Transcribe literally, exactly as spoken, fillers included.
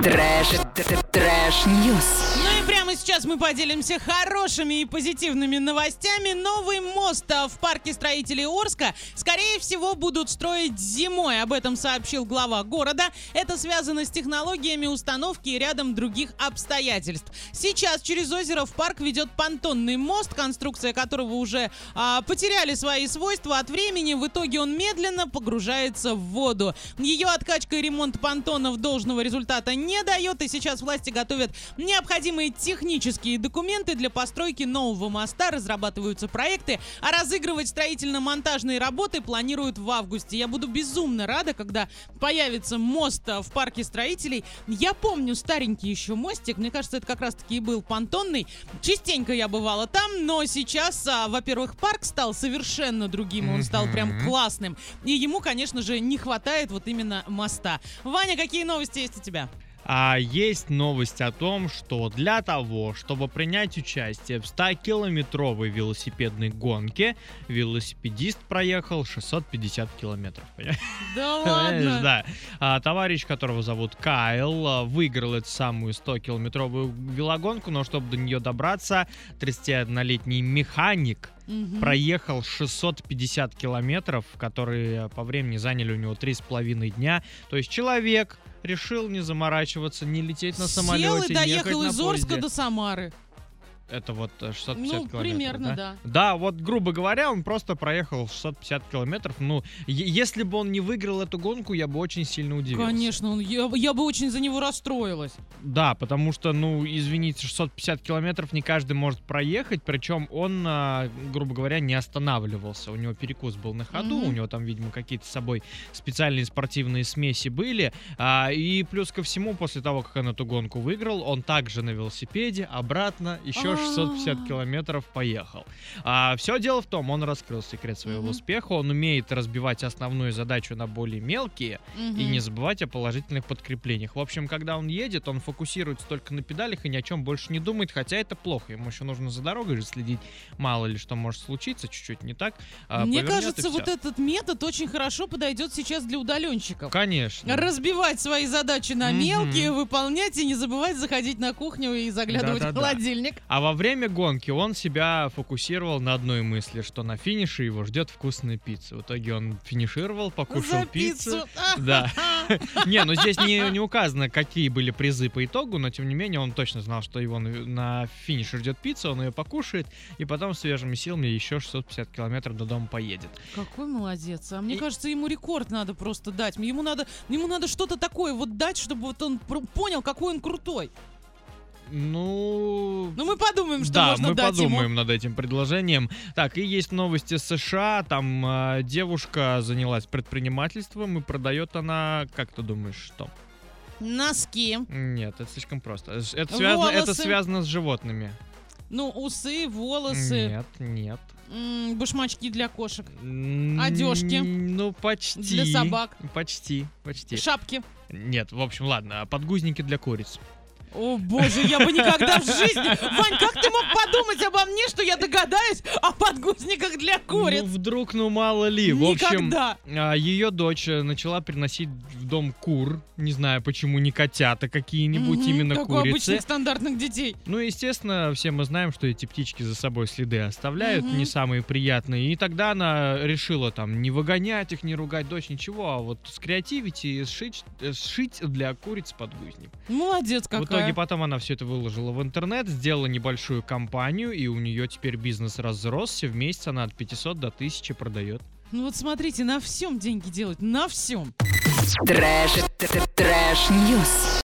Трэш, трэш-ньюс. Ну и прямо сейчас мы поделимся хорошими и позитивными новостями. Новый мост в парке строителей Орска, скорее всего, будут строить зимой. Об этом сообщил глава города. Это связано с технологиями установки и рядом других обстоятельств. Сейчас через озеро в парк ведет понтонный мост, конструкция которого уже а, потеряли свои свойства от времени. В итоге он медленно погружается в воду. Ее откачка и ремонт понтонов должного результата не дает, и сейчас власти готовят необходимые технические документы для постройки нового моста, разрабатываются проекты, а разыгрывать строительно-монтажные работы планируют в августе. Я буду безумно рада, когда появится мост в парке строителей. Я помню старенький еще мостик, мне кажется, это как раз-таки и был понтонный. Частенько я бывала там, но сейчас, а, во-первых, парк стал совершенно другим, он стал прям классным, и ему, конечно же, не хватает вот именно моста. Ваня, какие новости есть у тебя? А есть новость о том, что для того, чтобы принять участие в стокилометровой велосипедной гонке, велосипедист проехал шестьсот пятьдесят километров. Да ладно? Да. А, товарищ, которого зовут Кайл, выиграл эту самую стокилометровую велогонку, но чтобы до нее добраться, тридцатиоднолетний механик Угу. проехал шестьсот пятьдесят километров, которые по времени заняли у него три с половиной дня. То есть человек решил не заморачиваться, не лететь на самолете, Сел и доехал не из Орска до Самары. Это вот шестьсот пятьдесят Ну, километров, примерно, да? да. Да, вот, грубо говоря, он просто проехал шестьсот пятьдесят километров. Ну, е- если бы он не выиграл эту гонку, я бы очень сильно удивился. Конечно, он, я, я бы очень за него расстроилась. Да, потому что, ну, извините, шестьсот пятьдесят километров не каждый может проехать, причем он, а, грубо говоря, не останавливался. У него перекус был на ходу, Мгм. у него там, видимо, какие-то с собой специальные спортивные смеси были. А, и плюс ко всему, после того, как он эту гонку выиграл, он также на велосипеде обратно еще шестьсот пятьдесят А. километров поехал. А, все дело в том, он раскрыл секрет своего Мгм. успеха, он умеет разбивать основную задачу на более мелкие, Мгм. и не забывать о положительных подкреплениях. В общем, когда он едет, он фокусируется только на педалях и ни о чем больше не думает, хотя это плохо. Ему еще нужно за дорогой же следить. Мало ли что может случиться, чуть-чуть не так. а, Мне повернет и кажется, всё. вот этот метод очень хорошо подойдет сейчас для удаленщиков. Конечно. Разбивать свои задачи на Мгм. мелкие, выполнять и не забывать заходить на кухню и заглядывать Да-да-да. в холодильник. А во время гонки он себя фокусировал на одной мысли, что на финише его ждет вкусная пицца. В итоге он финишировал, покушал За пиццу. пиццу. Да. Не, ну здесь не, не указано, какие были призы по итогу, но тем не менее он точно знал, что его на, на финише ждет пицца, он ее покушает, и потом свежими силами еще шестьсот пятьдесят километров до дома поедет. Какой молодец. А мне И- кажется, ему рекорд надо просто дать. Ему надо, ему надо что-то такое вот дать, чтобы вот он пр- понял, какой он крутой. Ну... Ну, мы подумаем, что да, можно мы дать подумаем ему. над этим предложением. Так, и есть новости США. Там э, девушка занялась предпринимательством, и продает она, как ты думаешь, что? Носки. Нет, это слишком просто. Это связано, это Волосы. связано с животными. Ну, усы, волосы, Нет, нет. м, башмачки для кошек, М, Одежки. Ну, почти. для собак, Почти, почти. шапки. Нет, в общем, ладно, подгузники для куриц. О боже, я бы никогда в жизни... Вань, как ты мог подумать обо мне, что я догадаюсь о подгузниках для куриц? Ну, вдруг, ну, мало ли. В общем, Никогда. а, ее дочь э, начала приносить в дом кур. Не знаю, почему не котята какие-нибудь, Мгм, именно как у курицы. обычных стандартных детей. Ну, естественно, все мы знаем, что эти птички за собой следы оставляют, Мгм. не самые приятные. И тогда она решила там не выгонять их, не ругать дочь, ничего, а вот скреативить и сшить, э, сшить для куриц подгузник. Молодец какая. В итоге потом она все это выложила в интернет, сделала небольшую кампанию, и у нее теперь бизнес разросся. В месяц она от пятисот до тысячи продает. Ну вот смотрите, на всем деньги делать, на всем. Трэш, трэш-ньюс.